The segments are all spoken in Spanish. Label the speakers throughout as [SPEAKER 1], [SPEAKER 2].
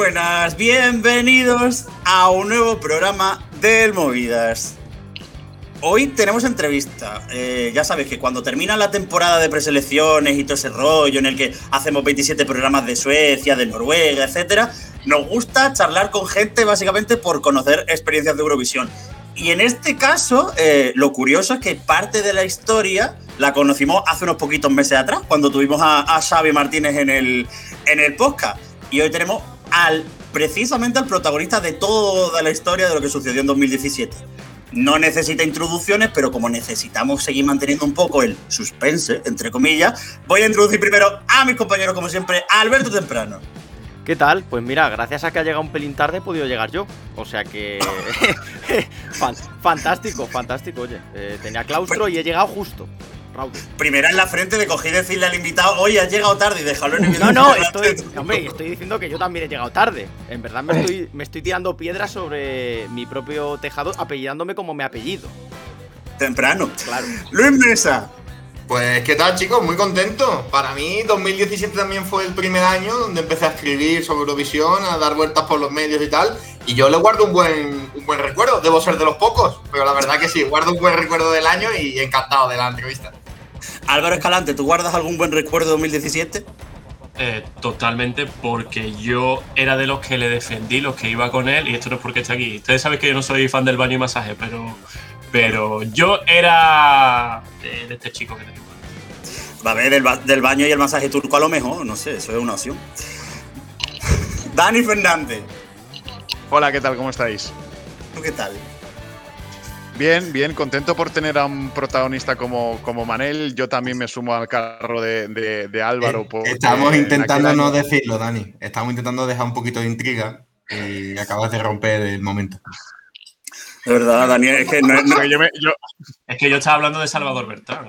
[SPEAKER 1] buenas, bienvenidos a un nuevo programa del Movidas. Hoy tenemos entrevista. Ya sabéis que cuando termina la temporada de preselecciones y todo ese rollo en el que hacemos 27 programas de Suecia, de Noruega, etcétera, nos gusta charlar con gente básicamente por conocer experiencias de Eurovisión. Y en este caso, lo curioso es que parte de la historia la conocimos hace unos poquitos meses atrás, cuando tuvimos a Xavi Martínez en el podcast. Y hoy tenemos precisamente al protagonista de toda la historia de lo que sucedió en 2017. No necesita introducciones, pero como necesitamos seguir manteniendo un poco el suspense, entre comillas, voy a introducir primero a mis compañeros, como siempre, a Alberto Temprano.
[SPEAKER 2] ¿Qué tal? Pues mira, gracias a que ha llegado un pelín tarde he podido llegar yo. O sea que... fantástico, oye. Tenía claustro y he llegado justo. Raudo.
[SPEAKER 1] Primera en la frente de cogí y decirle al invitado, oye, has llegado tarde y dejarlo en el video.
[SPEAKER 2] No, estoy diciendo que yo también he llegado tarde. En verdad me estoy tirando piedras sobre mi propio tejado, apellidándome como me apellido.
[SPEAKER 1] Temprano.
[SPEAKER 2] Claro.
[SPEAKER 1] Luis Mesa.
[SPEAKER 3] Pues, ¿qué tal, chicos? Muy contento. Para mí, 2017 también fue el primer año donde empecé a escribir sobre Eurovisión, a dar vueltas por los medios y tal. Y yo le guardo un buen recuerdo. Debo ser de los pocos, pero la verdad que sí, guardo un buen recuerdo del año y encantado de la entrevista.
[SPEAKER 1] Álvaro Escalante, ¿tú guardas algún buen recuerdo de 2017?
[SPEAKER 4] Totalmente, porque yo era de los que le defendí, los que iba con él, y esto no es porque esté aquí. Ustedes saben que yo no soy fan del baño y masaje, pero yo era de este chico que tengo.
[SPEAKER 1] Va a ver, del baño y el masaje turco a lo mejor, no sé, eso es una opción. Dani Fernández.
[SPEAKER 5] Hola, ¿qué tal? ¿Cómo estáis?
[SPEAKER 1] ¿Tú qué tal?
[SPEAKER 5] Bien, contento por tener a un protagonista como Manel. Yo también me sumo al carro de Álvaro.
[SPEAKER 3] Estamos intentando no decirlo, Dani. Estamos intentando dejar un poquito de intriga y acabas de romper el momento.
[SPEAKER 1] De verdad, Daniel, es que no.
[SPEAKER 4] Es que yo estaba hablando de Salvador Beltrán.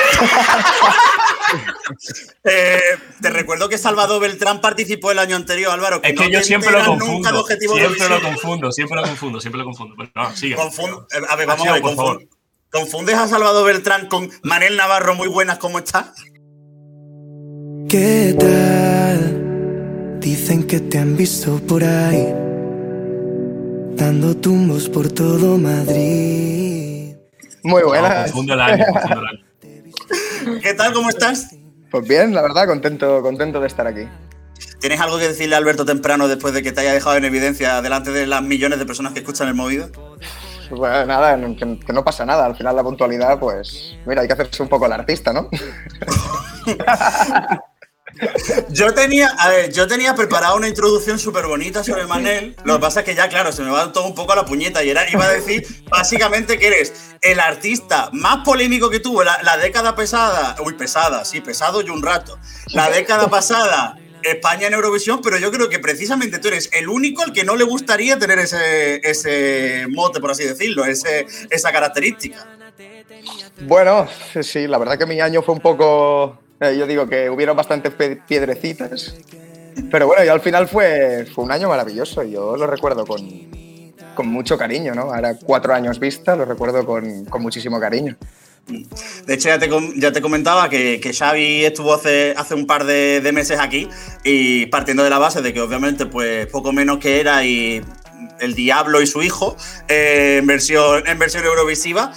[SPEAKER 1] Te recuerdo que Salvador Beltrán participó el año anterior, Álvaro.
[SPEAKER 4] Es que no yo siempre lo confundo. Siempre lo confundo. Pero no, sigue.
[SPEAKER 1] A ver, vamos a ver. ¿Confundes a Salvador Beltrán con Manel Navarro? Muy buenas, ¿cómo estás?
[SPEAKER 6] ¿Qué tal? Dicen que te han visto por ahí, dando tumbos por todo Madrid.
[SPEAKER 7] Muy buenas.
[SPEAKER 4] No, confundo el año.
[SPEAKER 1] ¿Qué tal? ¿Cómo estás?
[SPEAKER 7] Pues bien, la verdad, contento de estar aquí.
[SPEAKER 1] ¿Tienes algo que decirle a Alberto Temprano después de que te haya dejado en evidencia delante de las millones de personas que escuchan el Movido?
[SPEAKER 7] Pues nada, que no pasa nada. Al final la puntualidad, pues mira, hay que hacerse un poco el artista, ¿no?
[SPEAKER 1] Yo tenía preparada una introducción súper bonita sobre Manel. Lo que pasa es que ya, claro, se me va todo un poco a la puñeta. Y iba a decir básicamente que eres el artista más polémico que tuvo la década pesada. Uy, pesada, sí, pesado y un rato. La década pasada, España en Eurovisión, pero yo creo que precisamente tú eres el único al que no le gustaría tener ese mote, por así decirlo, esa característica.
[SPEAKER 7] Bueno, sí, la verdad que mi año fue un poco... yo digo que hubieron bastantes piedrecitas, pero bueno, y al final fue un año maravilloso. Yo lo recuerdo con mucho cariño, ¿no? Ahora 4 años vista, lo recuerdo con muchísimo cariño.
[SPEAKER 1] De hecho, ya te comentaba que Xavi estuvo hace un par de meses aquí, y partiendo de la base de que obviamente pues poco menos que era y el diablo y su hijo en versión eurovisiva,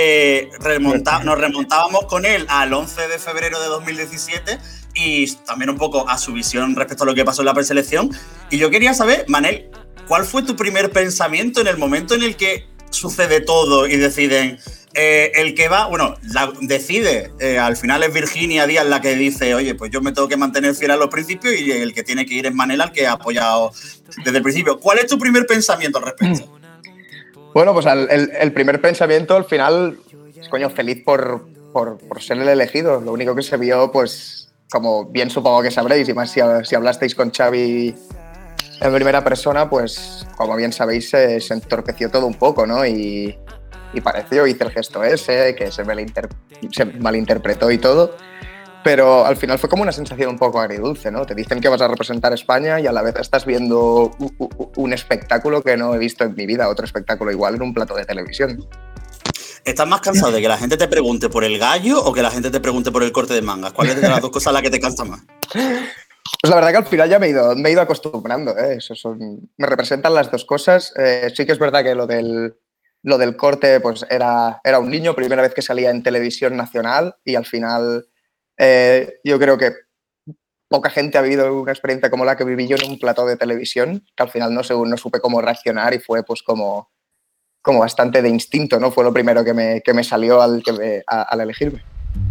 [SPEAKER 1] nos remontábamos con él al 11 de febrero de 2017 y también un poco a su visión respecto a lo que pasó en la preselección. Y yo quería saber, Manel, ¿cuál fue tu primer pensamiento en el momento en el que sucede todo y deciden el que va? Bueno, decide, al final es Virginia Díaz la que dice, oye, pues yo me tengo que mantener fiel a los principios, y el que tiene que ir es Manel, al que ha apoyado desde el principio. ¿Cuál es tu primer pensamiento al respecto?
[SPEAKER 7] Bueno, pues el primer pensamiento al final, coño, feliz por ser el elegido. Lo único que se vio, pues, como bien supongo que sabréis, y más si hablasteis con Xavi en primera persona, pues, como bien sabéis, se entorpeció todo un poco, ¿no? Y pareció, hice el gesto ese, que se malinterpretó y todo, pero al final fue como una sensación un poco agridulce, ¿no? Te dicen que vas a representar a España y a la vez estás viendo un espectáculo que no he visto en mi vida, otro espectáculo igual en un plato de televisión.
[SPEAKER 1] ¿Estás más cansado de que la gente te pregunte por el gallo o que la gente te pregunte por el corte de mangas? ¿Cuál es de las dos cosas la que te cansa más?
[SPEAKER 7] Pues la verdad que al final ya me he ido acostumbrando, ¿eh? Me representan las dos cosas. Sí que es verdad que lo del corte pues era un niño, primera vez que salía en televisión nacional y al final yo creo que poca gente ha vivido una experiencia como la que viví yo en un plató de televisión, que al final no supe cómo reaccionar y fue pues como bastante de instinto, ¿no? Fue lo primero que me salió al elegirme.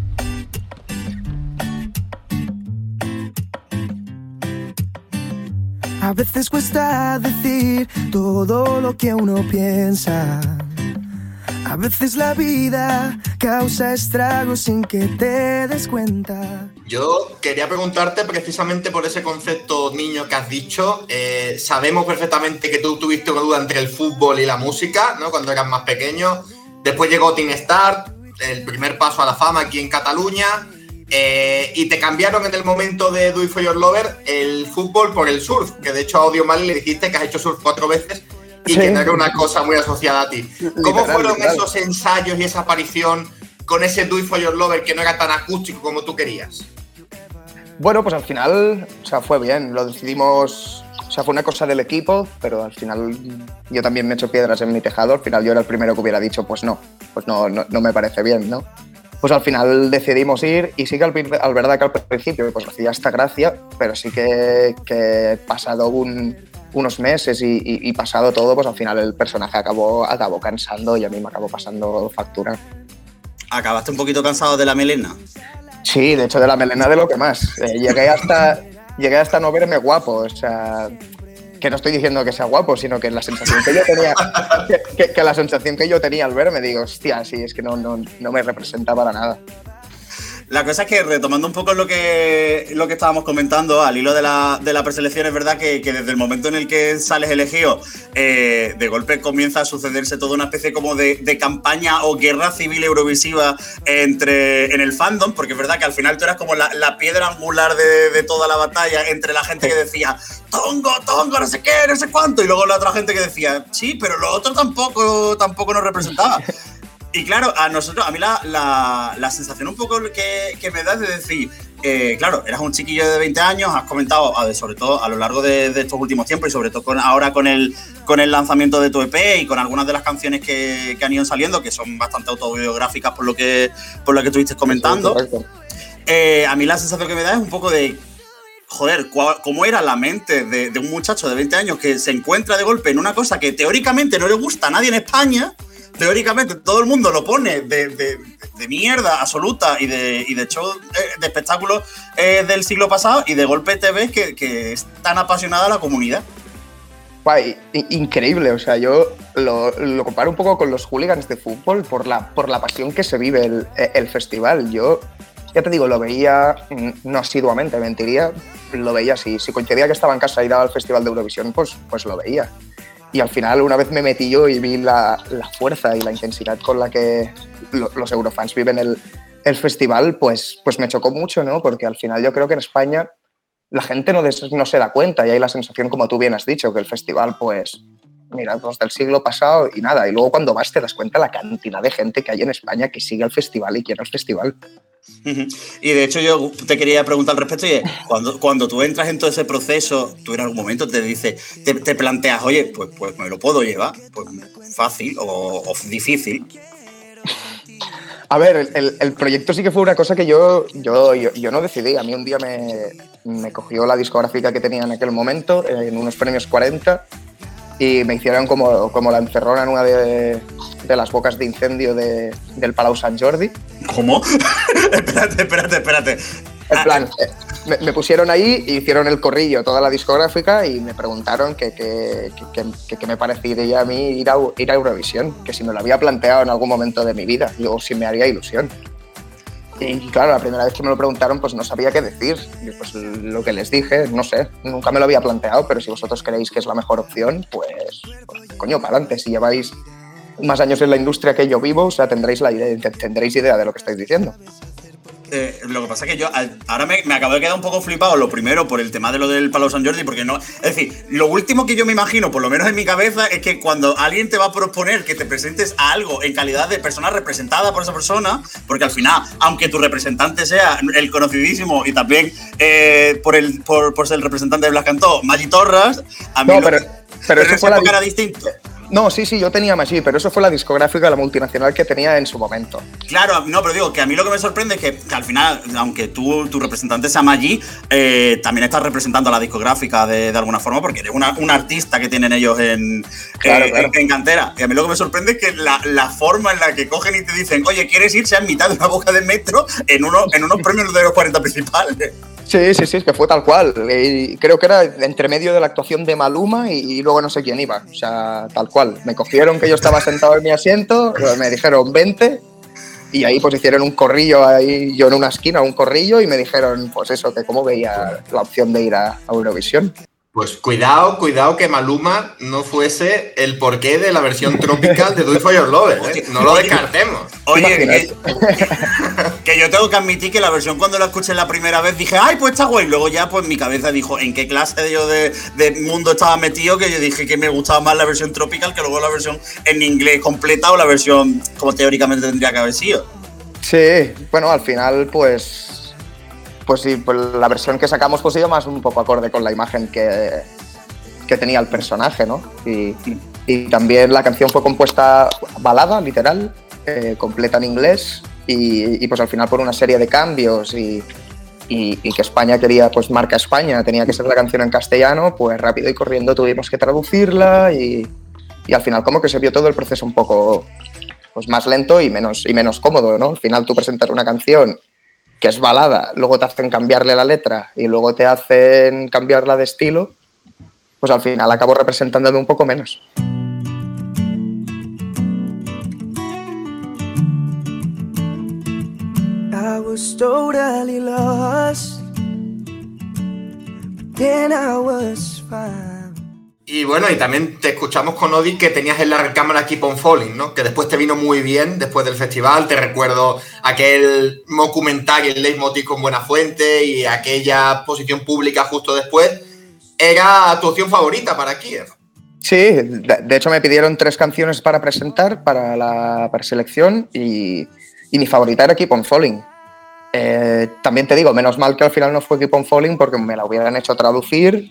[SPEAKER 6] A veces cuesta decir todo lo que uno piensa. A veces la vida causa estragos sin que te des cuenta.
[SPEAKER 3] Yo quería preguntarte precisamente por ese concepto niño que has dicho. Sabemos perfectamente que tú tuviste una duda entre el fútbol y la música, ¿no? Cuando eras más pequeño. Después llegó Teen Start, el primer paso a la fama aquí en Cataluña. Y te cambiaron en el momento de Do It For Your Lover el fútbol por el surf, que de hecho a Audio Mali le dijiste que has hecho surf 4 veces y sí, que no era una cosa muy asociada a ti. ¿Cómo fueron esos ensayos y esa aparición con ese Do It For Your Lover que no era tan acústico como tú querías?
[SPEAKER 7] Bueno, pues al final, o sea, fue bien, lo decidimos, o sea, fue una cosa del equipo, pero al final yo también me echo piedras en mi tejado, al final yo era el primero que hubiera dicho, pues no me parece bien, ¿no? Pues al final decidimos ir y sí que al verdad que al principio pues hacía esta gracia, pero sí que pasado unos meses y pasado todo, pues al final el personaje acabó cansando y a mí me acabó pasando factura.
[SPEAKER 1] ¿Acabaste un poquito cansado de la melena?
[SPEAKER 7] Sí, de hecho de la melena de lo que más. Llegué hasta no verme guapo, o sea... Que no estoy diciendo que sea guapo, sino que la sensación que yo tenía, que la sensación que yo tenía al verme, digo, hostia, sí, es que no me representa para nada.
[SPEAKER 1] La cosa es que, retomando un poco lo que estábamos comentando, al hilo de la preselección, es verdad que desde el momento en el que sales elegido, de golpe comienza a sucederse toda una especie como de campaña o guerra civil eurovisiva en el fandom, porque es verdad que al final tú eras como la piedra angular de toda la batalla entre la gente que decía Tongo, no sé qué, no sé cuánto, y luego la otra gente que decía sí, pero lo otro tampoco nos representaba. Y claro, a mí la sensación un poco que me da es de decir, claro, eras un chiquillo de 20 años, has comentado, sobre todo a lo largo de estos últimos tiempos y sobre todo ahora con el lanzamiento de tu EP y con algunas de las canciones que han ido saliendo, que son bastante autobiográficas por lo que estuviste comentando. A mí la sensación que me da es un poco de, joder, ¿cómo era la mente de un muchacho de 20 años que se encuentra de golpe en una cosa que teóricamente no le gusta a nadie en España? Teóricamente todo el mundo lo pone de mierda absoluta y de show de espectáculos del siglo pasado, y de golpe te ves que es tan apasionada la comunidad.
[SPEAKER 7] Guay, increíble, o sea, yo lo comparo un poco con los hooligans de fútbol por la pasión que se vive el festival. Yo, ya te digo, lo veía, no asiduamente, mentiría, lo veía si coincidía que estaba en casa y daba al Festival de Eurovisión, pues lo veía. Y al final, una vez me metí yo y vi la fuerza y la intensidad con la que los eurofans viven el festival, pues me chocó mucho, ¿no? Porque al final yo creo que en España la gente no se da cuenta y hay la sensación, como tú bien has dicho, que el festival, pues, mira, pues del siglo pasado y nada. Y luego cuando vas te das cuenta la cantidad de gente que hay en España que sigue el festival y quiere el festival.
[SPEAKER 1] Y de hecho yo te quería preguntar al respecto, y cuando tú entras en todo ese proceso, tú en algún momento te planteas, oye, pues me lo puedo llevar, pues fácil o difícil.
[SPEAKER 7] A ver, el proyecto sí que fue una cosa que yo no decidí. A mí un día me cogió la discográfica que tenía en aquel momento, en unos premios 40, y me hicieron como la encerrona en una de las bocas de incendio del Palau Sant Jordi.
[SPEAKER 1] ¿Cómo? Espérate.
[SPEAKER 7] En plan, me pusieron ahí y hicieron el corrillo toda la discográfica y me preguntaron que me parecería a mí ir a Eurovisión, que si me lo había planteado en algún momento de mi vida, o si me haría ilusión. Y claro, la primera vez que me lo preguntaron, pues no sabía qué decir. Y pues lo que les dije, no sé, nunca me lo había planteado, pero si vosotros creéis que es la mejor opción, pues coño, para adelante. Si lleváis más años en la industria que yo vivo, o sea, tendréis idea de lo que estáis diciendo.
[SPEAKER 1] Lo que pasa es que yo ahora me acabo de quedar un poco flipado, lo primero por el tema de lo del Palau Sant Jordi, porque no, es decir, lo último que yo me imagino, por lo menos en mi cabeza, es que cuando alguien te va a proponer que te presentes a algo en calidad de persona representada por esa persona, porque al final, aunque tu representante sea el conocidísimo y también por ser el representante de Blas Cantó, Maggi Torras, a mí
[SPEAKER 7] pero eso fue
[SPEAKER 1] era distinto.
[SPEAKER 7] No, sí, yo tenía Maggi, pero eso fue la discográfica, la multinacional que tenía en su momento.
[SPEAKER 1] Claro, no, pero digo que a mí lo que me sorprende es que al final, aunque tu representante sea Maggi, también estás representando a la discográfica de alguna forma, porque eres un artista que tienen ellos en cantera. Y a mí lo que me sorprende es que la forma en la que cogen y te dicen, oye, ¿quieres ir? Sea en mitad de una boca de metro en unos premios de los 40 principales.
[SPEAKER 7] Sí, es que fue tal cual. Y creo que era entre medio de la actuación de Maluma y luego no sé quién iba. O sea, tal cual. Me cogieron que yo estaba sentado en mi asiento, me dijeron 20 y ahí pues hicieron un corrillo, ahí yo en una esquina, un corrillo, y me dijeron pues eso, que cómo veía la opción de ir a Eurovisión.
[SPEAKER 3] Pues cuidado que Maluma no fuese el porqué de la versión tropical de Do It For Your Lover, ¿eh? No lo descartemos.
[SPEAKER 1] Oye, que yo tengo que admitir que la versión cuando la escuché la primera vez dije, ay, pues está guay. Luego ya pues mi cabeza dijo, ¿en qué clase de mundo estaba metido? Que yo dije que me gustaba más la versión tropical que luego la versión en inglés completa o la versión como teóricamente tendría que haber sido.
[SPEAKER 7] Sí, bueno, al final pues sí, pues la versión que sacamos pues iba más un poco acorde con la imagen que tenía el personaje, ¿no? Y también la canción fue compuesta balada, literal, completa en inglés y pues al final por una serie de cambios y que España quería, pues marca España, tenía que ser la canción en castellano, pues rápido y corriendo tuvimos que traducirla y al final como que se vio todo el proceso un poco pues más lento y menos cómodo, ¿no? Al final tú presentar una canción que es balada, luego te hacen cambiarle la letra y luego te hacen cambiarla de estilo, pues al final acabo representándome un poco menos.
[SPEAKER 6] I was totally lost, but then I was fine.
[SPEAKER 3] Y bueno, y también te escuchamos con Odi que tenías en la recámara Keep On Falling, ¿no? Que después te vino muy bien, después del festival. Te recuerdo aquel documentario, el Leitmotiv con Buenafuente y aquella posición pública justo después. Era tu opción favorita para Kiev.
[SPEAKER 7] Sí, de hecho me pidieron 3 canciones para presentar para la preselección y mi favorita era Keep On Falling. También te digo, menos mal que al final no fue Keep On Falling porque me la hubieran hecho traducir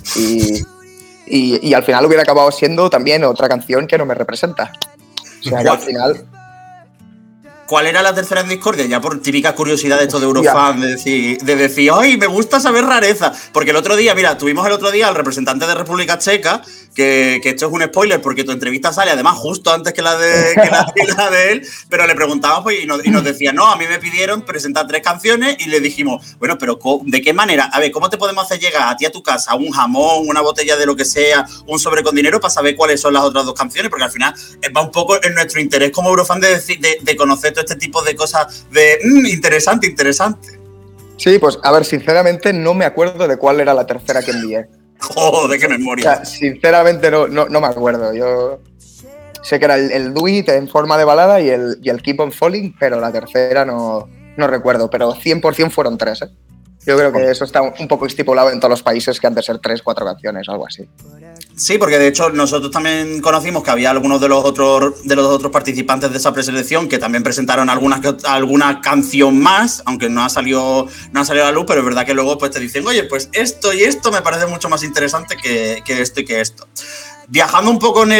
[SPEAKER 7] y al final hubiera acabado siendo también otra canción que no me representa. O sea, que al final...
[SPEAKER 1] ¿Cuál era la tercera en discordia? Ya por típica curiosidad de esto de Eurofan, de decir, ¡ay, me gusta saber rareza! Porque el otro día, mira, tuvimos el otro día al representante de República Checa, que esto es un spoiler porque tu entrevista sale además justo antes que la de él, pero le preguntamos pues, y nos decía, no, a mí me pidieron presentar 3 canciones y le dijimos, bueno, pero ¿de qué manera? A ver, ¿cómo te podemos hacer llegar a ti a tu casa un jamón, una botella de lo que sea, un sobre con dinero para saber cuáles son las otras 2 canciones? Porque al final va un poco en nuestro interés como Eurofan de conocer todo este tipo de cosas de interesante.
[SPEAKER 7] Sí, pues a ver, sinceramente no me acuerdo de cuál era la tercera que envié.
[SPEAKER 1] ¡Joder, qué memoria!
[SPEAKER 7] O sea, sinceramente no me acuerdo. Yo sé que era el Do It en forma de balada y el Keep On Falling, pero la tercera no recuerdo. Pero 100% fueron 3, ¿eh? Yo creo que eso está un poco estipulado en todos los países que han de ser 3, 4 canciones, algo así.
[SPEAKER 1] Sí, porque de hecho nosotros también conocimos que había algunos de los otros participantes de esa preselección que también presentaron alguna canción más, aunque no ha salido a la luz, pero es verdad que luego pues te dicen, oye, pues esto y esto me parece mucho más interesante que esto y que esto. Avanzando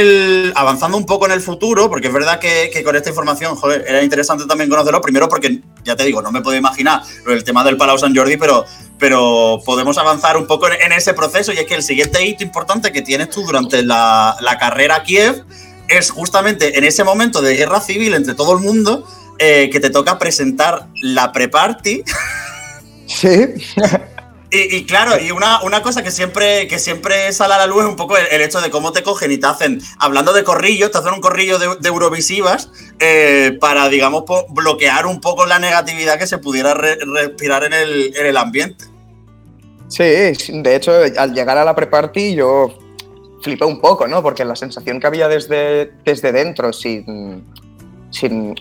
[SPEAKER 1] un poco en el futuro, porque es verdad que con esta información, joder, era interesante también conocerlo, primero porque, ya te digo, no me puedo imaginar el tema del Palau Sant Jordi, pero podemos avanzar un poco en ese proceso, y es que el siguiente hito importante que tienes tú durante la carrera a Kiev es justamente en ese momento de guerra civil entre todo el mundo, que te toca presentar la pre-party.
[SPEAKER 7] Sí.
[SPEAKER 1] Y claro, y una cosa que siempre sale a la luz es un poco el hecho de cómo te cogen y te hacen, hablando de corrillos, te hacen un corrillo de Eurovisivas para, digamos, bloquear un poco la negatividad que se pudiera respirar en el ambiente. Sí,
[SPEAKER 7] de hecho, al llegar a la pre-party yo flipé un poco, ¿no? Porque la sensación que había desde dentro, sin bueno,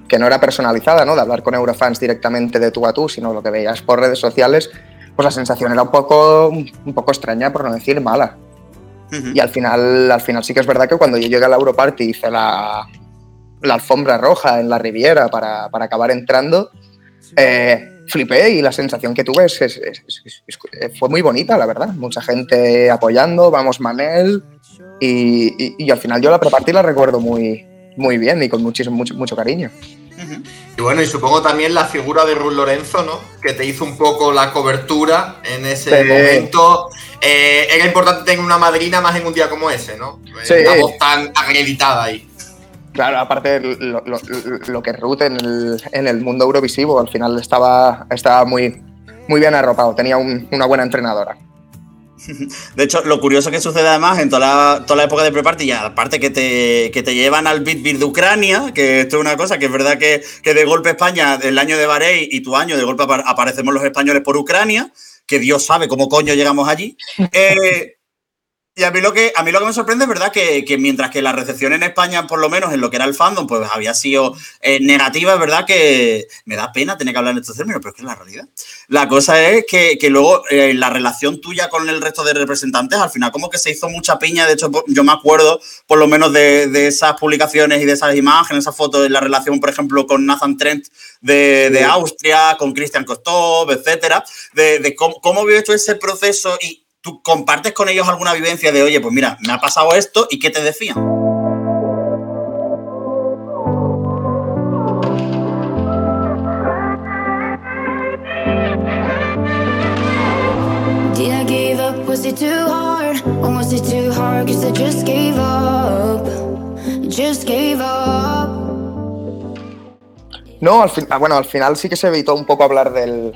[SPEAKER 7] que no era personalizada, ¿no? De hablar con Eurofans directamente de tú a tú, sino lo que veías por redes sociales, pues la sensación era un poco extraña, por no decir mala. Y al final sí que es verdad que cuando yo llegué a la Europarty hice la alfombra roja en la Riviera para acabar entrando, flipé y la sensación que tuve fue muy bonita, la verdad. Mucha gente apoyando, vamos Manel, y al final yo la pre-party la recuerdo muy, muy bien y con mucho cariño.
[SPEAKER 3] Y bueno, y supongo también la figura de Ruth Lorenzo, ¿no? Que te hizo un poco la cobertura en ese momento. Era importante tener una madrina más en un día como ese, ¿no?
[SPEAKER 7] Sí.
[SPEAKER 3] Una voz tan acreditada ahí.
[SPEAKER 7] Claro, aparte lo que Ruth en el mundo eurovisivo al final estaba muy, muy bien arropado, tenía una buena entrenadora.
[SPEAKER 1] De hecho, lo curioso que sucede además en toda la época de pre-party, ya aparte que te llevan al Beat de Ucrania, que esto es una cosa que es verdad que de golpe España, el año de Bahrein y tu año, de golpe aparecemos los españoles por Ucrania, que Dios sabe cómo coño llegamos allí. Y a mí lo que me sorprende es verdad que mientras que la recepción en España, por lo menos en lo que era el fandom, pues había sido negativa, es verdad que me da pena tener que hablar en estos términos, pero es que es la realidad. La cosa es que luego la relación tuya con el resto de representantes, al final como que se hizo mucha piña. De hecho, yo me acuerdo por lo menos de esas publicaciones y de esas imágenes, esas fotos, de la relación, por ejemplo, con Nathan Trent de Austria, con Christian Kostov, etcétera, de cómo vio hecho ese proceso. Y ¿tú compartes con ellos alguna vivencia de, oye, pues mira, me ha pasado esto, y qué te decían?
[SPEAKER 8] Did I give up? Was it too hard? Or was it too hard? 'Cause I just gave up. Just gave up.
[SPEAKER 7] No, al final sí que se evitó un poco hablar del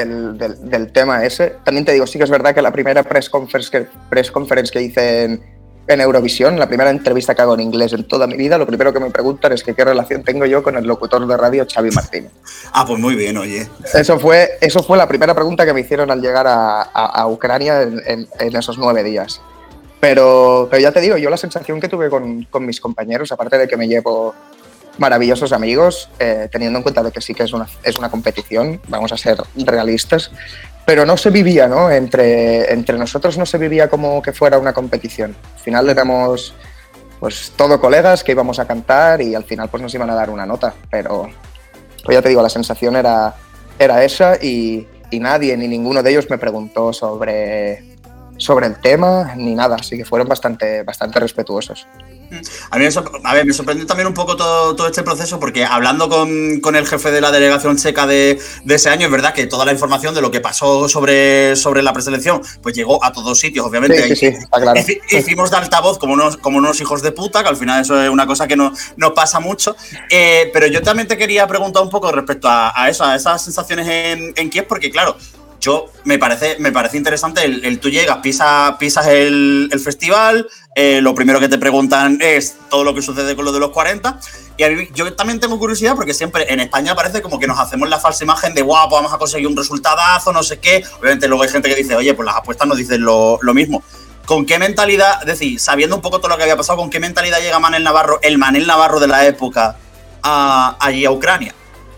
[SPEAKER 7] tema ese. También te digo, sí que es verdad que la primera press conference que hice en Eurovisión, la primera entrevista que hago en inglés en toda mi vida, lo primero que me preguntan es que qué relación tengo yo con el locutor de radio Xavi Martínez.
[SPEAKER 1] Ah, pues muy bien, oye.
[SPEAKER 7] Eso fue la primera pregunta que me hicieron al llegar a Ucrania en esos 9 días. Pero ya te digo, yo la sensación que tuve con mis compañeros, aparte de que me llevo maravillosos amigos, teniendo en cuenta de que sí que es una competición, vamos a ser realistas, pero no se vivía, ¿no? Entre nosotros no se vivía como que fuera una competición. Al final éramos pues todo colegas que íbamos a cantar y al final pues nos iban a dar una nota, pero pues ya te digo, la sensación era esa y nadie ni ninguno de ellos me preguntó sobre el tema ni nada, así que fueron bastante respetuosos.
[SPEAKER 1] A mí me sorprendió también un poco todo este proceso, porque hablando con el jefe de la delegación checa de ese año, es verdad que toda la información de lo que pasó sobre la preselección pues llegó a todos sitios, obviamente.
[SPEAKER 7] Sí, está claro.
[SPEAKER 1] Hicimos de altavoz como unos hijos de puta, que al final eso es una cosa que nos pasa mucho. Pero yo también te quería preguntar un poco respecto a esas sensaciones en Kiev, porque claro, me parece interesante el tú llegas, pisas el festival, lo primero que te preguntan es todo lo que sucede con lo de los 40, y a mí, yo también tengo curiosidad porque siempre en España parece como que nos hacemos la falsa imagen de guau, pues vamos a conseguir un resultadazo, no sé qué. Obviamente luego hay gente que dice, oye, pues las apuestas nos dicen lo mismo. ¿Con qué mentalidad, es decir, sabiendo un poco todo lo que había pasado, con qué mentalidad llega Manel Navarro, el Manel Navarro de la época, allí a Ucrania?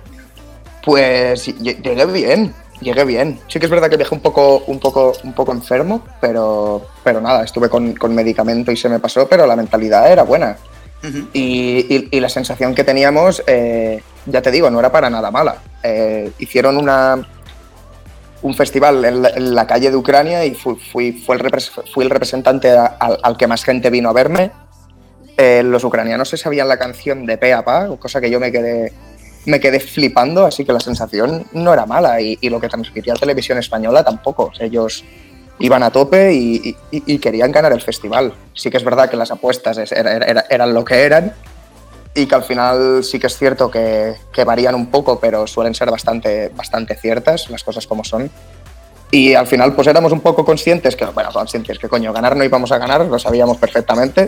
[SPEAKER 7] Pues llegué bien. Sí que es verdad que viajé un poco enfermo, pero nada, estuve con medicamento y se me pasó, pero la mentalidad era buena. Uh-huh. Y la sensación que teníamos, ya te digo, no era para nada mala. Hicieron un festival en la calle de Ucrania y fui el representante al que más gente vino a verme. Los ucranianos se sabían la canción de pe a pa, cosa que yo me quedé flipando, así que la sensación no era mala y lo que transmitía Televisión Española tampoco. Ellos iban a tope y querían ganar el festival. Sí que es verdad que las apuestas eran lo que eran y que al final sí que es cierto que varían un poco, pero suelen ser bastante ciertas, las cosas como son. Y al final pues éramos un poco conscientes que coño, ganar no íbamos a ganar, lo sabíamos perfectamente.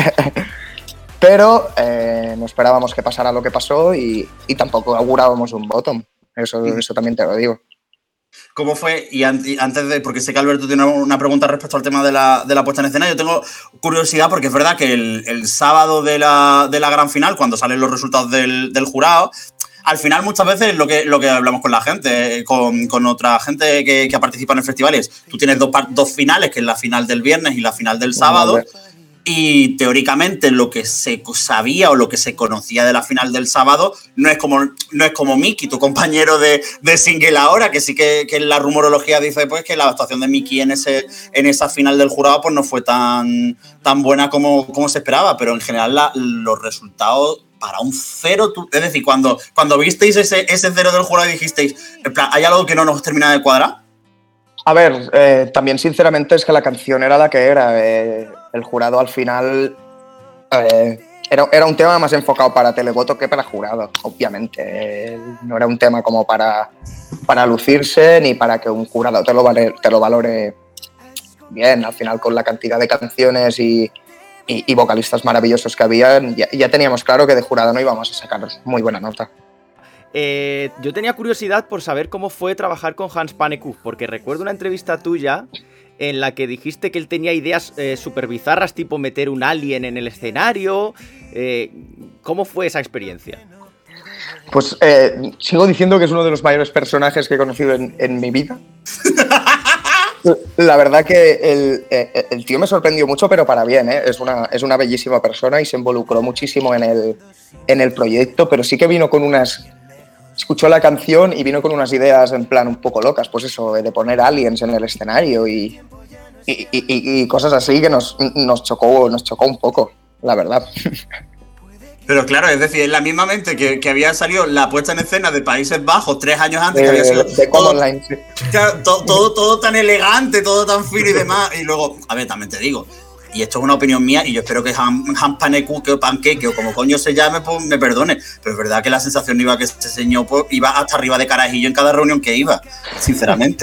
[SPEAKER 7] Pero no esperábamos que pasara lo que pasó y tampoco augurábamos un bottom. Eso también te lo digo.
[SPEAKER 1] ¿Cómo fue? Y antes de, porque sé que Alberto tiene una pregunta respecto al tema de la puesta en escena, yo tengo curiosidad porque es verdad que el sábado de la gran final, cuando salen los resultados del jurado, al final muchas veces lo que hablamos con la gente, con otra gente que ha participado en el festival es, tú tienes dos finales, que es la final del viernes y la final del sábado, y teóricamente lo que se sabía o lo que se conocía de la final del sábado no es como Miki, tu compañero de Single ahora, que sí que en la rumorología dice pues que la actuación de Miki en esa final del jurado pues no fue tan buena como se esperaba, pero en general los resultados para un 0, es decir, cuando visteis ese 0 del jurado y dijisteis, en plan, ¿hay algo que no nos termina de cuadrar?
[SPEAKER 7] A ver, también sinceramente es que la canción era la que era. El jurado al final era un tema más enfocado para televoto que para jurado, obviamente. No era un tema como para lucirse ni para que un jurado te lo valore bien. Al final, con la cantidad de canciones y vocalistas maravillosos que había, ya teníamos claro que de jurado no íbamos a sacar muy buena nota.
[SPEAKER 2] Yo tenía curiosidad por saber cómo fue trabajar con Hans Panekuk, porque recuerdo una entrevista tuya en la que dijiste que él tenía ideas súper bizarras, tipo meter un alien en el escenario. ¿Cómo fue esa experiencia?
[SPEAKER 7] Pues sigo diciendo que es uno de los mayores personajes que he conocido en mi vida. La verdad que el tío me sorprendió mucho, pero para bien, ¿eh? Es una bellísima persona y se involucró muchísimo en el proyecto, pero sí que vino con escuchó la canción y vino con unas ideas en plan un poco locas, pues eso, de poner aliens en el escenario y cosas así que nos chocó un poco, la verdad.
[SPEAKER 1] Pero claro, es decir, en la misma mente que había salido la puesta en escena de Países Bajos 3 años antes, que había sido todo tan elegante, todo tan fino y demás, y luego, a ver, también te digo, y esto es una opinión mía, y yo espero que Hans Panekuk o Pancake o como coño se llame, pues me perdone, pero es verdad que la sensación iba que este señor pues, iba hasta arriba de carajillo en cada reunión que iba, sinceramente.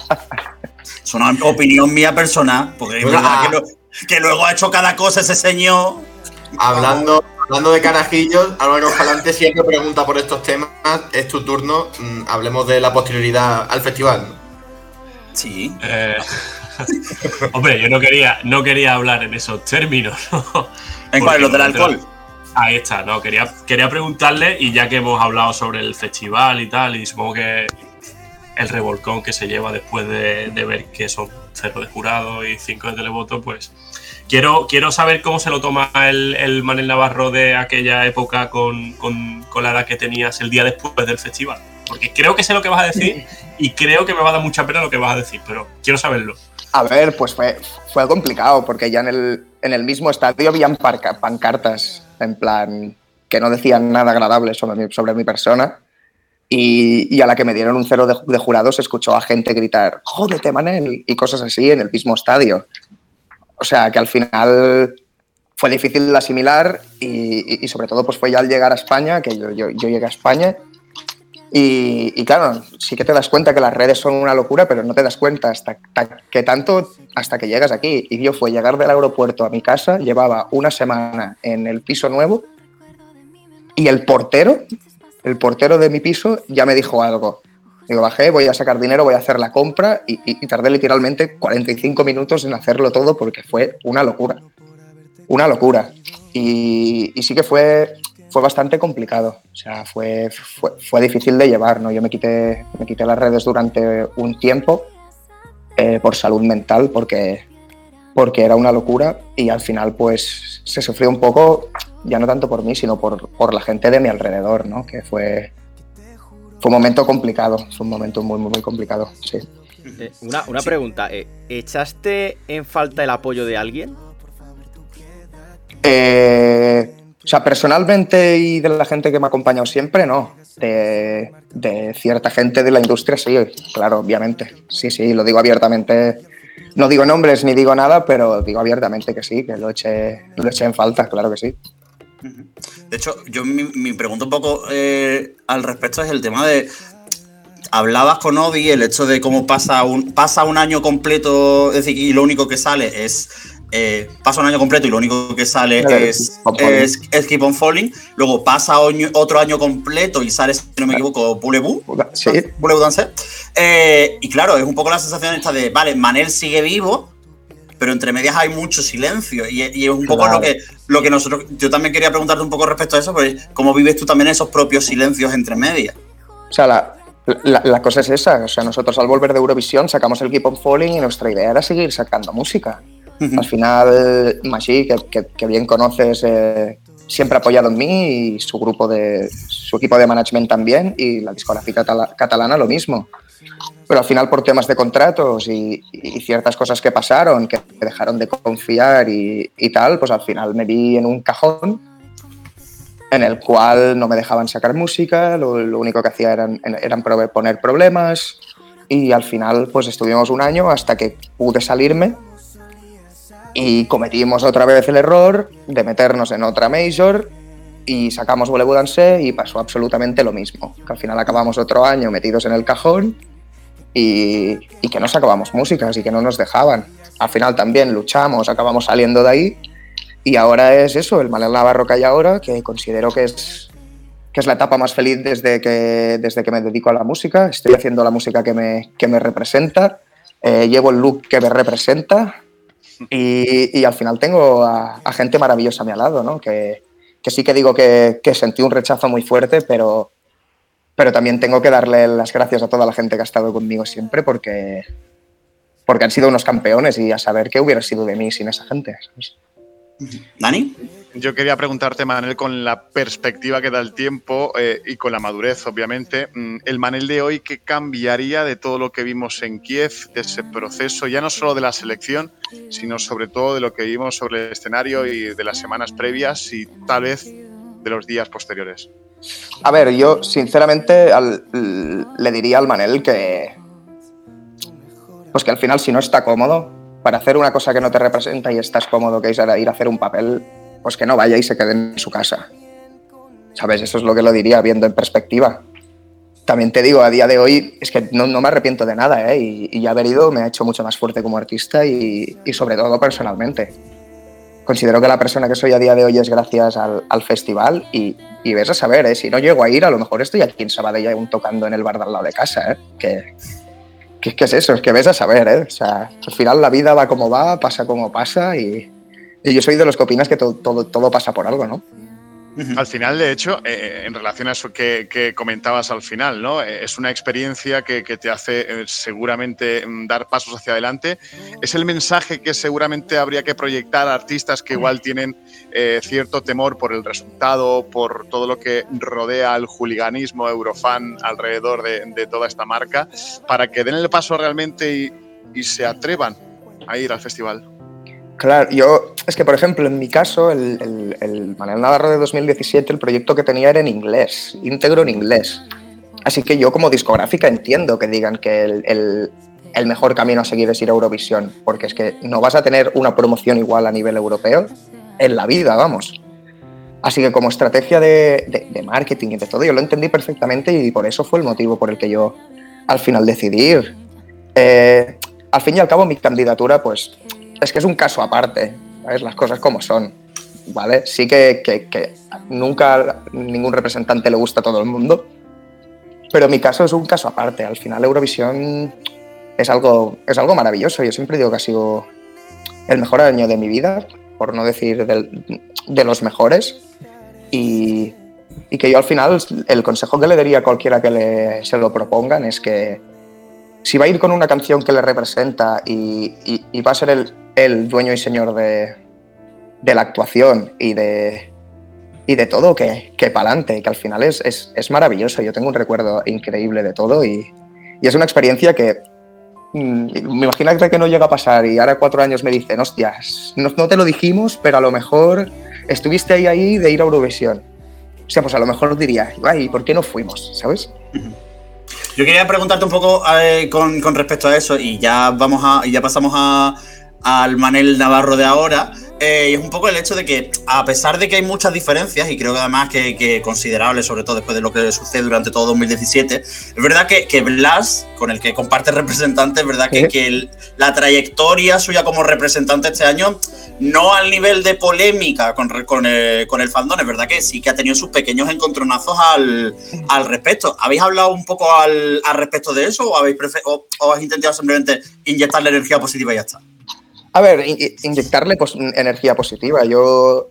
[SPEAKER 1] Es una opinión mía personal, porque es verdad que luego ha hecho cada cosa ese señor.
[SPEAKER 3] Hablando de carajillos, Álvaro Escalante siempre pregunta por estos temas. Es tu turno. Hablemos de la posterioridad al festival.
[SPEAKER 1] Sí.
[SPEAKER 4] Hombre, yo no quería hablar en esos términos, ¿no?
[SPEAKER 1] ¿En cuál? ¿Los del alcohol?
[SPEAKER 4] Ahí está, no. Quería preguntarle, y ya que hemos hablado sobre el festival y tal, y supongo que el revolcón que se lleva después de ver que son 0 de jurado y 5 de televoto, pues quiero saber cómo se lo toma el Manel Navarro de aquella época con la edad que tenías el día después del festival. Porque creo que sé lo que vas a decir y creo que me va a dar mucha pena lo que vas a decir, pero quiero saberlo.
[SPEAKER 7] A ver, pues fue complicado, porque ya en el mismo estadio habían pancartas, en plan, que no decían nada agradable sobre mi persona. Y a la que me dieron un 0 de jurado se escuchó a gente gritar «¡Jódete, Manel!» y cosas así en el mismo estadio. O sea, que al final fue difícil de asimilar y sobre todo pues fue ya al llegar a España, que yo llegué a España y claro, sí que te das cuenta que las redes son una locura, pero no te das cuenta hasta que llegas aquí. Y yo fue llegar del aeropuerto a mi casa, llevaba una semana en el piso nuevo y el portero de mi piso ya me dijo algo. Digo, bajé, voy a sacar dinero, voy a hacer la compra y tardé literalmente 45 minutos en hacerlo todo porque fue una locura. Una locura. Y sí que fue bastante complicado. O sea, fue difícil de llevar, ¿no? Yo me quité las redes durante un tiempo por salud mental porque era una locura y al final pues se sufrió un poco, ya no tanto por mí, sino por la gente de mi alrededor, ¿no? Que fue un momento complicado, fue un momento muy, muy, muy complicado, sí.
[SPEAKER 2] Una pregunta, ¿echaste en falta el apoyo de alguien?
[SPEAKER 7] O sea, personalmente y de la gente que me ha acompañado siempre, no. De cierta gente de la industria, sí, claro, obviamente. Sí, lo digo abiertamente. No digo nombres ni digo nada, pero digo abiertamente que sí, que lo eché en falta, claro que sí.
[SPEAKER 1] De hecho, yo mi pregunta un poco al respecto es el tema de... Hablabas con Odi el hecho de cómo pasa un año completo, es decir, y lo único que sale es... pasa un año completo y lo único que sale es Keep on Falling. Luego pasa otro año completo y sale, si no me equivoco, Voulez-Vous.
[SPEAKER 7] Sí.
[SPEAKER 1] Voulez-Vous Danser. Y claro, es un poco la sensación esta de, vale, Manel sigue vivo, pero entre medias hay mucho silencio. Y es un poco lo que nosotros... Yo también quería preguntarte un poco respecto a eso, pues cómo vives tú también esos propios silencios entre medias.
[SPEAKER 7] O sea, la cosa es esa. O sea, nosotros al volver de Eurovisión sacamos el Keep on Falling y nuestra idea era seguir sacando música. Al final, Magí, que bien conoces, siempre ha apoyado en mí y su equipo de management también, y la discográfica catalana lo mismo. Pero al final, por temas de contratos y ciertas cosas que pasaron, que dejaron de confiar y tal, pues al final me vi en un cajón en el cual no me dejaban sacar música, lo único que hacía eran poner problemas, y al final pues estuvimos un año hasta que pude salirme y cometimos otra vez el error de meternos en otra major y sacamos Voulez-Vous Danser y pasó absolutamente lo mismo, que al final acabamos otro año metidos en el cajón y que no sacábamos músicas y que no nos dejaban. Al final también luchamos, acabamos saliendo de ahí. Y ahora es eso, el Manel Navarro que hay ahora, que considero que es la etapa más feliz desde que me dedico a la música. Estoy haciendo la música que me representa, llevo el look que me representa y al final tengo a gente maravillosa a mi lado, ¿no? Que sí que digo que sentí un rechazo muy fuerte, pero también tengo que darle las gracias a toda la gente que ha estado conmigo siempre porque han sido unos campeones y a saber qué hubiera sido de mí sin esa gente, ¿sabes?
[SPEAKER 1] ¿Dani?
[SPEAKER 5] Yo quería preguntarte, Manel, con la perspectiva que da el tiempo y con la madurez, obviamente, el Manel de hoy, ¿qué cambiaría de todo lo que vimos en Kiev, de ese proceso, ya no solo de la selección, sino sobre todo de lo que vimos sobre el escenario y de las semanas previas y tal vez de los días posteriores?
[SPEAKER 7] A ver, yo sinceramente le diría al Manel que al final, si no está cómodo para hacer una cosa que no te representa y estás cómodo, que es ir a hacer un papel, pues que no vaya y se quede en su casa. ¿Sabes? Eso es lo que lo diría viendo en perspectiva. También te digo, a día de hoy es que no me arrepiento de nada, ¿eh? Y ya haber ido me ha hecho mucho más fuerte como artista y sobre todo personalmente. Considero que la persona que soy a día de hoy es gracias al festival y ves a saber, ¿eh? Si no llego a ir, a lo mejor estoy aquí en Sabadell aún tocando en el bar de al lado de casa, ¿eh? ¿Qué es eso? Es que ves a saber, ¿eh? O sea, al final la vida va como va, pasa como pasa y yo soy de los que opinas que todo pasa por algo, ¿no?
[SPEAKER 5] Al final, de hecho, en relación a eso que comentabas al final, ¿no? Es una experiencia que te hace seguramente dar pasos hacia adelante. Es el mensaje que seguramente habría que proyectar a artistas que igual tienen cierto temor por el resultado, por todo lo que rodea al juliganismo eurofan alrededor de toda esta marca, para que den el paso realmente y se atrevan a ir al festival.
[SPEAKER 7] Claro, es que, por ejemplo, en mi caso, el Manel Navarro de 2017, el proyecto que tenía era en inglés, íntegro en inglés. Así que yo como discográfica entiendo que digan que el mejor camino a seguir es ir a Eurovisión, porque es que no vas a tener una promoción igual a nivel europeo en la vida, vamos. Así que como estrategia de marketing y de todo, yo lo entendí perfectamente y por eso fue el motivo por el que yo al final decidí ir. Al fin y al cabo, mi candidatura, pues... es que es un caso aparte, ¿sabes? Las cosas como son, ¿vale? Sí que nunca ningún representante le gusta a todo el mundo, pero mi caso es un caso aparte. Al final Eurovisión es algo maravilloso. Yo siempre digo que ha sido el mejor año de mi vida, por no decir de los mejores, y que yo al final el consejo que le daría a cualquiera que se lo propongan es que si va a ir con una canción que le representa y va a ser el dueño y señor de la actuación y de todo, que pa'lante, que al final es maravilloso. Yo tengo un recuerdo increíble de todo y es una experiencia que me imagino que no llega a pasar y ahora 4 años me dicen, hostias, no te lo dijimos, pero a lo mejor estuviste ahí de ir a Eurovisión. O sea, pues a lo mejor diría, ay, ¿por qué no fuimos? ¿Sabes?
[SPEAKER 1] Yo quería preguntarte un poco con respecto a eso y ya pasamos al Manel Navarro de ahora. Y es un poco el hecho de que, a pesar de que hay muchas diferencias, y creo que además que considerables, sobre todo después de lo que sucede durante todo 2017, es verdad que Blas, con el que comparte representante, es verdad que la trayectoria suya como representante este año, no al nivel de polémica con el fandom, es verdad que sí que ha tenido sus pequeños encontronazos al respecto. ¿Habéis hablado un poco al respecto de eso o habéis intentado simplemente inyectarle energía positiva y ya está?
[SPEAKER 7] A ver, inyectarle energía positiva. Yo,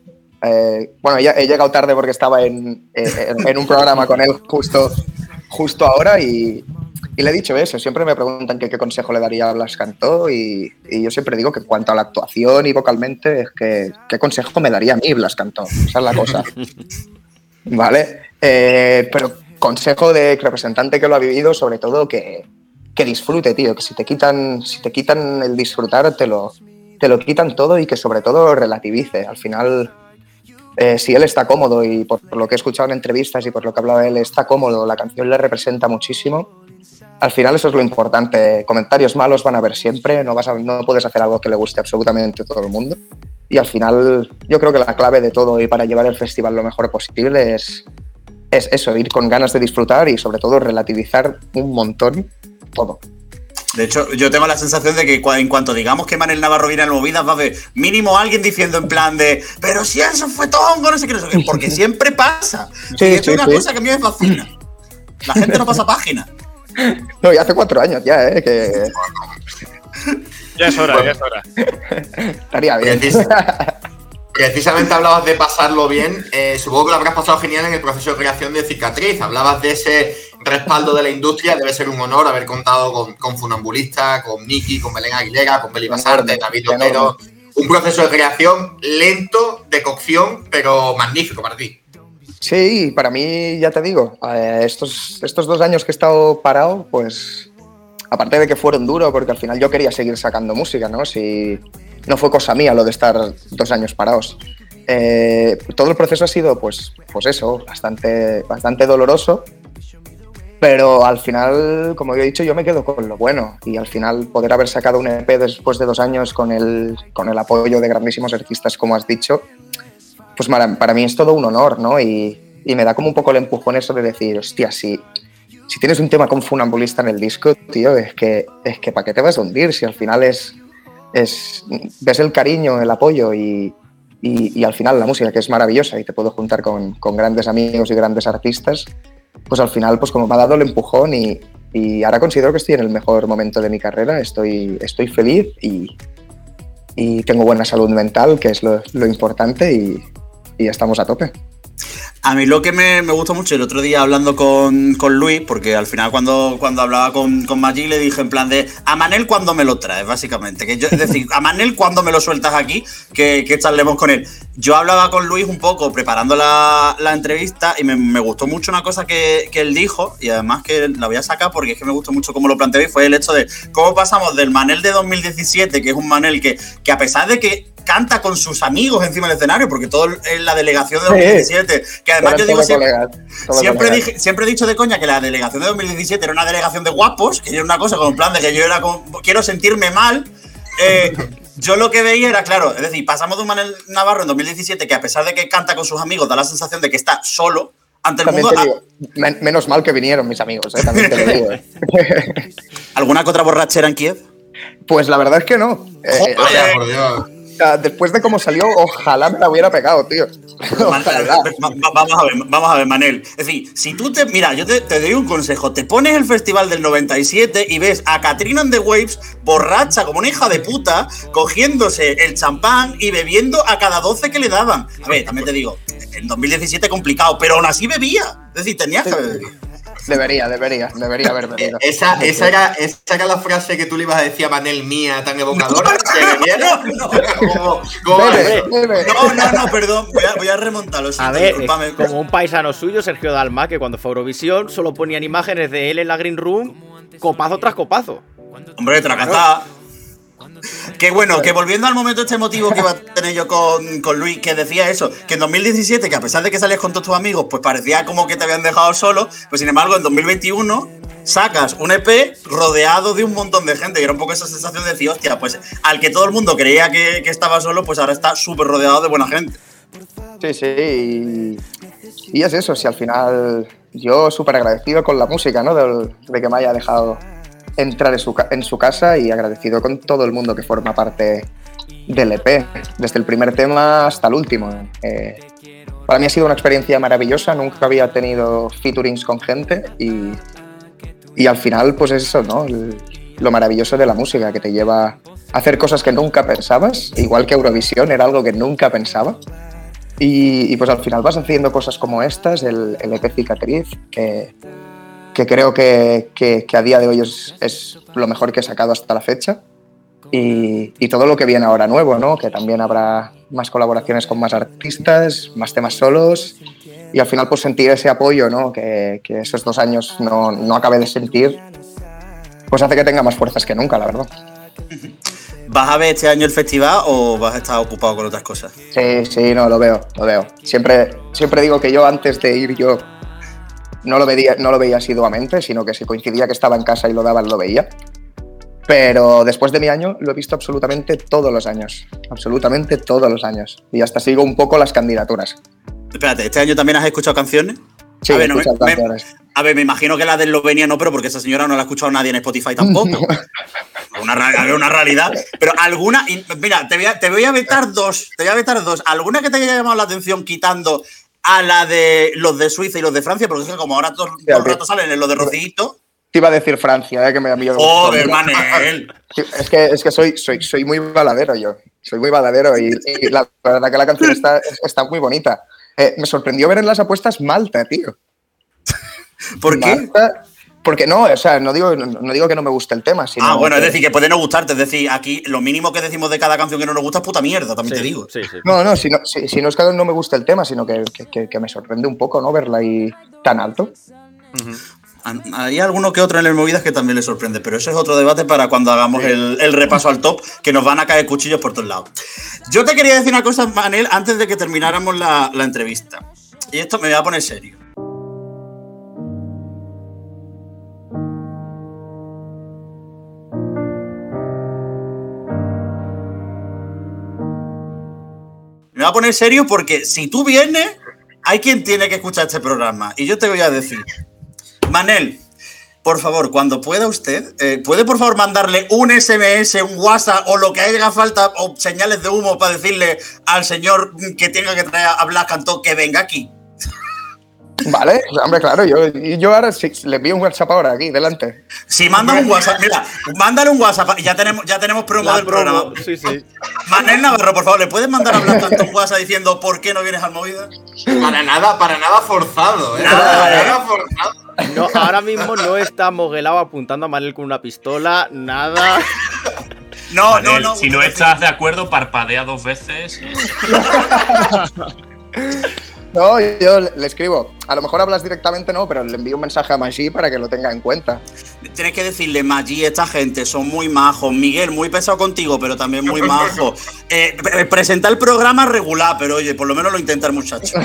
[SPEAKER 7] he llegado tarde porque estaba en un programa con él justo ahora y le he dicho eso. Siempre me preguntan qué consejo le daría a Blas Cantó y yo siempre digo que en cuanto a la actuación y vocalmente, es que qué consejo me daría a mí Blas Cantó. Esa es la cosa. ¿Vale? Pero consejo de representante que lo ha vivido, sobre todo que disfrute, tío. Que si te quitan el disfrutar, te lo quitan todo y que sobre todo relativice. Al final, si él está cómodo y por lo que he escuchado en entrevistas y por lo que hablaba él, está cómodo, la canción le representa muchísimo, al final eso es lo importante. Comentarios malos van a haber siempre, no puedes hacer algo que le guste absolutamente a todo el mundo. Y al final yo creo que la clave de todo y para llevar el festival lo mejor posible es eso, ir con ganas de disfrutar y sobre todo relativizar un montón todo.
[SPEAKER 1] De hecho, yo tengo la sensación de que en cuanto digamos que Manel Navarro viene al Movidas, va a haber mínimo alguien diciendo en plan de pero si eso fue tongo, no sé qué, porque siempre pasa. Es una cosa que a mí me fascina. La gente no pasa página.
[SPEAKER 7] No, ya hace 4 años ya, que...
[SPEAKER 5] Ya es hora.
[SPEAKER 7] Estaría bien.
[SPEAKER 3] Precisamente hablabas de pasarlo bien. Supongo que lo habrás pasado genial en el proceso de creación de Cicatriz. Hablabas de ese respaldo de la industria. Debe ser un honor haber contado con Funambulista, con Miki, con Belén Aguilera, con Beli Basarte, David Otero. Un proceso de creación lento, de cocción, pero magnífico para ti.
[SPEAKER 7] Sí, para mí, ya te digo, estos 2 años que he estado parado, pues aparte de que fueron duros, porque al final yo quería seguir sacando música, ¿no? Si no fue cosa mía lo de estar 2 años parados. Todo el proceso ha sido, pues eso, bastante doloroso, pero al final, como he dicho, yo me quedo con lo bueno y al final poder haber sacado un EP después de 2 años con el apoyo de grandísimos artistas, como has dicho, pues para mí es todo un honor, ¿no? Y me da como un poco el empujón eso de decir, hostia, si tienes un tema con Funambulista en el disco, tío, es que ¿para qué te vas a hundir? Si al final ves el cariño, el apoyo y al final la música, que es maravillosa y te puedo juntar con grandes amigos y grandes artistas, pues al final pues como me ha dado el empujón y ahora considero que estoy en el mejor momento de mi carrera, estoy feliz y tengo buena salud mental, que es lo importante y estamos a tope.
[SPEAKER 1] A mí lo que me gustó mucho el otro día hablando con Luis, porque al final cuando hablaba con Maggi le dije en plan de a Manel cuando me lo traes, básicamente. Es decir, a Manel cuando me lo sueltas aquí, que charlemos con él. Yo hablaba con Luis un poco preparando la entrevista y me gustó mucho una cosa que él dijo, y además que la voy a sacar porque es que me gustó mucho cómo lo planteó, y fue el hecho de cómo pasamos del Manel de 2017, que es un Manel que a pesar de que canta con sus amigos encima del escenario, porque todo es la delegación de 2017, que además yo digo siempre he dicho de coña que la delegación de 2017 era una delegación de guapos, que era una cosa como en plan de que yo era como, quiero sentirme mal. Yo lo que veía era, claro, es decir, pasamos de un Manel Navarro en 2017 que a pesar de que canta con sus amigos da la sensación de que está solo ante el mundo.
[SPEAKER 7] Digo, menos mal que vinieron mis amigos, también te lo digo.
[SPEAKER 1] ¿Alguna que otra borrachera en Kiev?
[SPEAKER 7] Pues la verdad es que no.
[SPEAKER 3] Por Dios.
[SPEAKER 7] Después de cómo salió, ojalá me la hubiera pegado, tío.
[SPEAKER 1] Vamos a ver, Manel. Es decir, si tú mira, yo te doy un consejo. Te pones el festival del 97 y ves a Katrina and the Waves borracha como una hija de puta, cogiéndose el champán y bebiendo a cada 12 que le daban. A ver, también te digo, en 2017 complicado, pero aún así bebía. Es decir, tenías que beber.
[SPEAKER 7] Debería haber bebido.
[SPEAKER 3] Esa era la frase que tú le ibas a decir a Manel mía, tan evocadora.
[SPEAKER 1] No, perdón, voy a remontarlo.
[SPEAKER 2] A ver, como un paisano suyo, Sergio Dalma, que cuando fue a Eurovisión solo ponían imágenes de él en la Green Room, copazo tras copazo.
[SPEAKER 1] Hombre, tracazá. Que bueno, que volviendo al momento este emotivo que iba a tener yo con Luis, que decía eso, que en 2017, que a pesar de que salías con todos tus amigos, pues parecía como que te habían dejado solo, pues sin embargo en 2021 sacas un EP rodeado de un montón de gente. Y era un poco esa sensación de decir, hostia, pues al que todo el mundo creía que estaba solo, pues ahora está súper rodeado de buena gente.
[SPEAKER 7] Sí, y es eso, si al final yo súper agradecido con la música, ¿no? De que me haya dejado entrar en su casa y agradecido con todo el mundo que forma parte del EP, desde el primer tema hasta el último. Para mí ha sido una experiencia maravillosa, nunca había tenido featurings con gente y al final pues es eso, ¿no? Lo maravilloso de la música, que te lleva a hacer cosas que nunca pensabas, igual que Eurovisión era algo que nunca pensaba. Y pues al final vas haciendo cosas como estas, el EP Cicatriz, que creo que a día de hoy es lo mejor que he sacado hasta la fecha. Y todo lo que viene ahora nuevo, ¿no? Que también habrá más colaboraciones con más artistas, más temas solos. Y al final pues sentir ese apoyo, ¿no? Que esos 2 años no acabé de sentir, pues hace que tenga más fuerzas que nunca, la verdad.
[SPEAKER 1] ¿Vas a ver este año el festival o vas a estar ocupado con otras cosas?
[SPEAKER 7] Sí, no, lo veo. Siempre digo que yo antes de ir yo no lo veía asiduamente, sino que si coincidía que estaba en casa y lo daban, lo veía. Pero después de mi año lo he visto absolutamente todos los años. Y hasta sigo un poco las candidaturas.
[SPEAKER 1] Espérate, ¿este año también has escuchado canciones?
[SPEAKER 7] Sí, he escuchado canciones.
[SPEAKER 1] Me imagino que la de Eslovenia no, pero porque esa señora no la ha escuchado nadie en Spotify tampoco. una realidad. Pero alguna. Mira, te voy a vetar dos. ¿Alguna que te haya llamado la atención quitando a la de los de Suiza y los de Francia? Porque es que como ahora todo el rato salen en los de Rocito.
[SPEAKER 7] Te iba a decir Francia, que me da miedo.
[SPEAKER 1] ¡Joder, Manel!
[SPEAKER 7] Es que soy muy baladero yo. Soy muy baladero y la verdad que la canción está muy bonita. Me sorprendió ver en las apuestas Malta, tío.
[SPEAKER 1] ¿Por qué?
[SPEAKER 7] Malta, porque no digo que no me guste el tema, sino
[SPEAKER 1] bueno, es decir, que puede no gustarte. Es decir, aquí lo mínimo que decimos de cada canción que no nos gusta es puta mierda, también te digo.
[SPEAKER 7] Sí. No, si no es que no me guste el tema, sino que me sorprende un poco, ¿no? Verla ahí tan alto.
[SPEAKER 1] Hay alguno que otro en el Movidas que también le sorprende, pero eso es otro debate para cuando hagamos el repaso al top, que nos van a caer cuchillos por todos lados. Yo te quería decir una cosa, Manel, antes de que termináramos la entrevista. Y esto me voy a poner serio. Me voy a poner serio porque si tú vienes, hay quien tiene que escuchar este programa. Y yo te voy a decir... Manel, por favor, cuando pueda usted, ¿puede por favor mandarle un SMS, un WhatsApp o lo que haga falta o señales de humo para decirle al señor que tenga que traer a Blas Cantó que venga aquí?
[SPEAKER 7] Vale, hombre, claro, yo ahora sí, le envío un WhatsApp ahora aquí, delante.
[SPEAKER 1] Si manda un WhatsApp, mira, mándale un WhatsApp, ya tenemos promo del programa.
[SPEAKER 2] Sí.
[SPEAKER 1] Manel Navarro, por favor, ¿le puedes mandar a Blas Cantó un WhatsApp diciendo por qué no vienes al Movida?
[SPEAKER 3] Para nada forzado, Nada forzado.
[SPEAKER 2] No, ahora mismo no está Moguelao apuntando a Manel con una pistola, nada.
[SPEAKER 4] Manel, no. Si no estás de acuerdo, parpadea 2 veces.
[SPEAKER 7] No, yo le escribo. A lo mejor hablas directamente, no, pero le envío un mensaje a Maggi para que lo tenga en cuenta.
[SPEAKER 1] Tienes que decirle, Maggi, esta gente son muy majos. Miguel, muy pesado contigo, pero también muy majo. Presenta el programa regular, pero oye, por lo menos lo intenta el muchacho.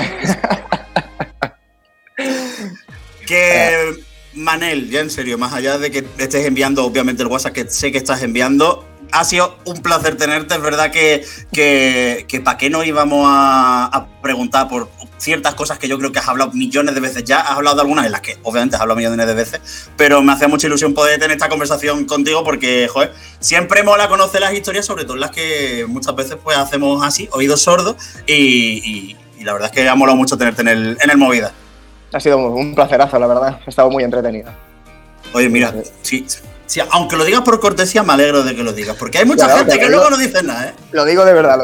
[SPEAKER 1] Que, Manel, ya en serio, más allá de que estés enviando, obviamente, el WhatsApp que sé que estás enviando, ha sido un placer tenerte. Es verdad que para qué no íbamos a preguntar por ciertas cosas que yo creo que has hablado millones de veces ya. Has hablado de algunas en las que obviamente has hablado millones de veces, pero me hacía mucha ilusión poder tener esta conversación contigo porque, joder, siempre mola conocer las historias, sobre todo las que muchas veces pues hacemos así, oídos sordos, y la verdad es que ha molado mucho tenerte en el Movida.
[SPEAKER 7] Ha sido un placerazo, la verdad. He estado muy entretenido.
[SPEAKER 1] Oye, mira, sí, aunque lo digas por cortesía, me alegro de que lo digas, porque hay mucha gente que luego no dice nada, ¿eh?
[SPEAKER 7] Lo digo de verdad.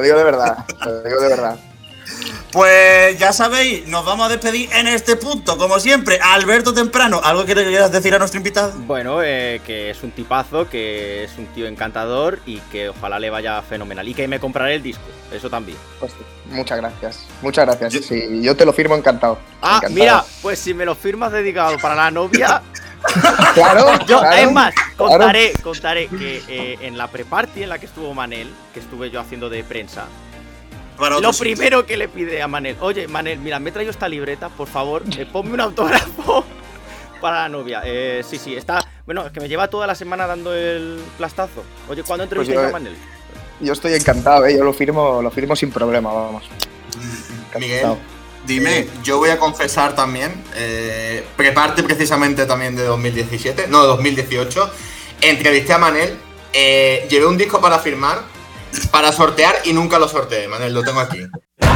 [SPEAKER 1] Pues ya sabéis, nos vamos a despedir en este punto, como siempre. Alberto Temprano, ¿algo que le quieras decir a nuestro invitado?
[SPEAKER 2] Bueno, que es un tipazo, que es un tío encantador y que ojalá le vaya fenomenal. Y que me compraré el disco, eso también.
[SPEAKER 7] Pues muchas gracias. Sí, yo te lo firmo encantado.
[SPEAKER 2] Encantado. Mira, pues si me lo firmas dedicado para la novia...
[SPEAKER 7] Claro.
[SPEAKER 2] Es más, contaré que en la pre-party en la que estuvo Manel, que estuve yo haciendo de prensa, lo primero que le pide a Manel, oye, Manel, mira, me he traído esta libreta, por favor, ponme un autógrafo Para la novia. Sí, está... Bueno, es que me lleva toda la semana dando el plastazo. Oye, ¿cuándo entrevistáis a Manel?
[SPEAKER 7] Yo estoy encantado, yo lo firmo sin problema, vamos.
[SPEAKER 3] Miguel, dime, yo voy a confesar también, preparte precisamente también de 2017, no, de 2018, entrevisté a Manel, llevé un disco para firmar, para sortear y nunca lo sorteé, Manel, lo tengo aquí.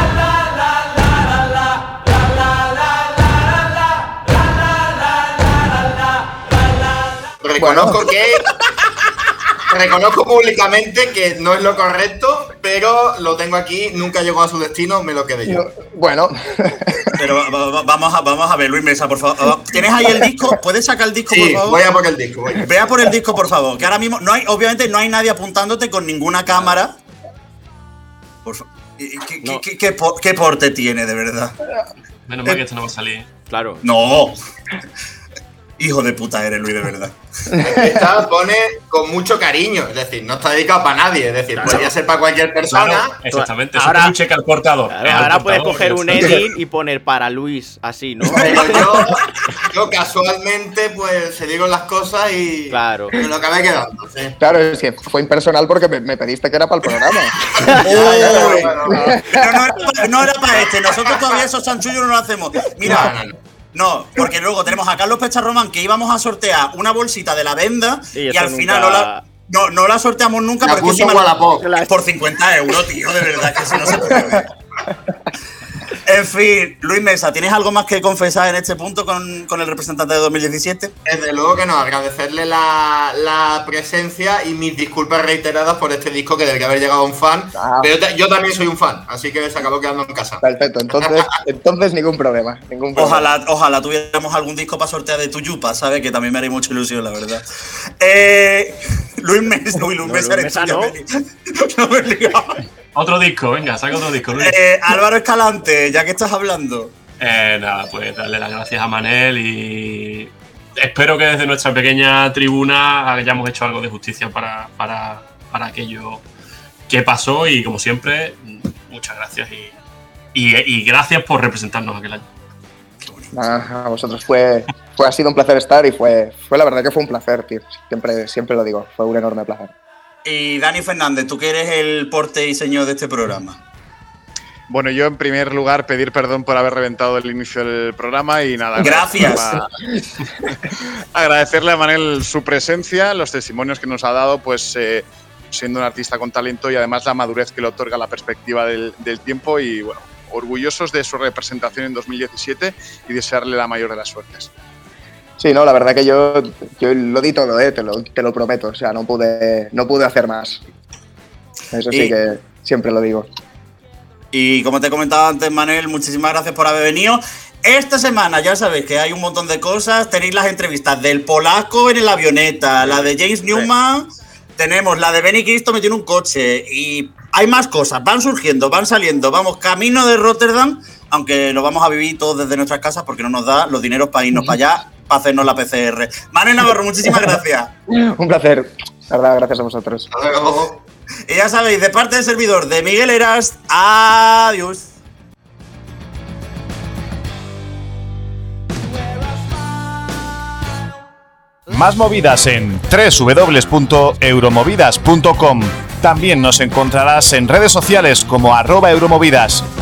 [SPEAKER 3] Reconozco públicamente que no es lo correcto, pero lo tengo aquí, nunca llegó a su destino, me lo quedé yo.
[SPEAKER 7] Bueno.
[SPEAKER 1] Pero vamos a ver, Luis Mesa, por favor. ¿Tienes ahí el disco? ¿Puedes sacar el disco, por favor?
[SPEAKER 3] Sí, voy a por el disco.
[SPEAKER 1] Vea por el disco, por favor, que ahora mismo obviamente no hay nadie apuntándote con ninguna cámara. Por favor. ¿Qué porte tiene, de verdad?
[SPEAKER 4] Menos mal que esto no va a salir.
[SPEAKER 2] Claro.
[SPEAKER 1] No. Hijo de puta eres, Luis, de verdad.
[SPEAKER 3] Esta pone con mucho cariño, es decir, no está dedicado para nadie, es decir, podría ser para cualquier persona.
[SPEAKER 4] Claro, exactamente, eso es un cheque al portador.
[SPEAKER 2] Claro, ahora puedes coger un edit y poner para Luis, así, ¿no?
[SPEAKER 3] Pero yo casualmente, pues, se digo las cosas y
[SPEAKER 2] claro.
[SPEAKER 3] Me lo acabé quedando, sí.
[SPEAKER 7] Claro, es que fue impersonal porque me pediste que era para el programa.
[SPEAKER 1] No era para este, nosotros todavía esos chanchullos no lo hacemos. Mira. No, porque luego tenemos a Carlos Pecharromán que íbamos a sortear una bolsita de la venda y al final no la sorteamos nunca porque encima por 50 euros, tío, de verdad que si no se puede. En fin, Luis Mesa, ¿tienes algo más que confesar en este punto con el representante de 2017?
[SPEAKER 3] Desde luego que no, agradecerle la presencia y mis disculpas reiteradas por este disco que debería haber llegado a un fan. Pero yo también soy un fan, así que se acabó quedando en casa.
[SPEAKER 7] Perfecto, entonces ningún problema.
[SPEAKER 1] Ojalá tuviéramos algún disco para sortear de tu yupa, ¿sabes? Que también me haría mucha ilusión, la verdad. Luis Mesa,
[SPEAKER 2] ¿no?
[SPEAKER 1] No me he liado.
[SPEAKER 4] Otro disco, venga, saca otro disco, Luis.
[SPEAKER 1] Álvaro Escalante, ya que estás hablando.
[SPEAKER 4] Nada, pues darle las gracias a Manel y espero que desde nuestra pequeña tribuna hayamos hecho algo de justicia para aquello que pasó y, como siempre, muchas gracias y gracias por representarnos aquel año.
[SPEAKER 7] A vosotros ha sido un placer estar y fue la verdad que fue un placer, tío. Siempre lo digo, fue un enorme placer.
[SPEAKER 1] Y Dani Fernández, tú que eres el porte y señor de este programa.
[SPEAKER 5] Bueno, yo en primer lugar pedir perdón por haber reventado el inicio del programa y nada.
[SPEAKER 1] Gracias.
[SPEAKER 5] Agradecerle a Manel su presencia, los testimonios que nos ha dado, pues siendo un artista con talento y además la madurez que le otorga la perspectiva del tiempo y bueno, orgullosos de su representación en 2017 y desearle la mayor de las suertes.
[SPEAKER 7] Sí, no, la verdad que yo lo di todo, te lo prometo. O sea, no pude hacer más. Eso sí que siempre lo digo.
[SPEAKER 1] Y como te he comentado antes, Manuel, muchísimas gracias por haber venido. Esta semana ya sabéis que hay un montón de cosas. Tenéis las entrevistas del polaco en la avioneta, la de James Newman, tenemos la de Benny Cristo metido en un coche y hay más cosas. Van surgiendo, van saliendo. Vamos camino de Rotterdam, aunque lo vamos a vivir todos desde nuestras casas porque no nos da los dineros para irnos para allá, para hacernos la PCR. Manuel Navarro, muchísimas gracias.
[SPEAKER 7] Un placer. La verdad, gracias a vosotros.
[SPEAKER 3] Hasta luego.
[SPEAKER 1] Y ya sabéis, de parte del servidor de Miguel Eras, adiós.
[SPEAKER 9] Más movidas en www.euromovidas.com. También nos encontrarás en redes sociales como @euromovidas.